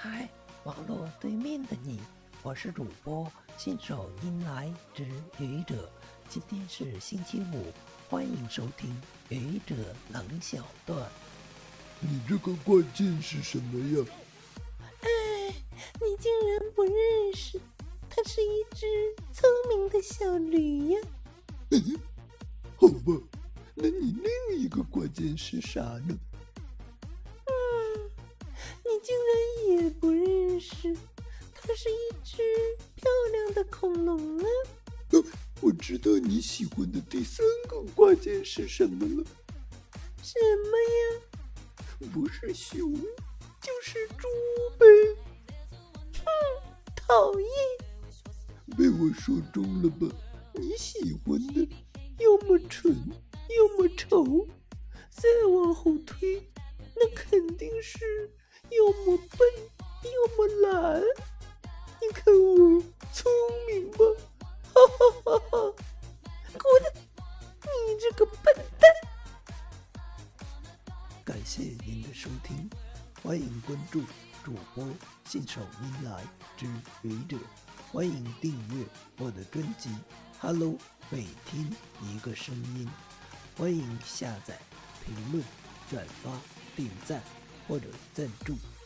嗨，网络对面的你，我是主播信手拈来之愚者。今天是星期五，欢迎收听愚者冷小段。 你这个关键是什么呀？ 哎，你竟然不认识，它是一只聪明的小驴呀！ 好吧，那你另一个关键是啥呢？ 你竟然也不认识，它是一只漂亮的恐龙啊！ 我知道你喜欢的第三个关键是什么了。 什么呀？ 不是熊，就是猪呗。 讨厌！ 被我说中了吧？你喜欢的要么蠢，要么丑，再往后推，那肯定是要么笨，要么懒。你看我聪明吧？哈哈哈哈！ 滚！你这个笨蛋！ 感谢您的收听，欢迎关注主播信手拈来之愚者，欢迎订阅我的专辑 Hello 每天一个声音，欢迎下载、评论、转发、点赞或者赞助。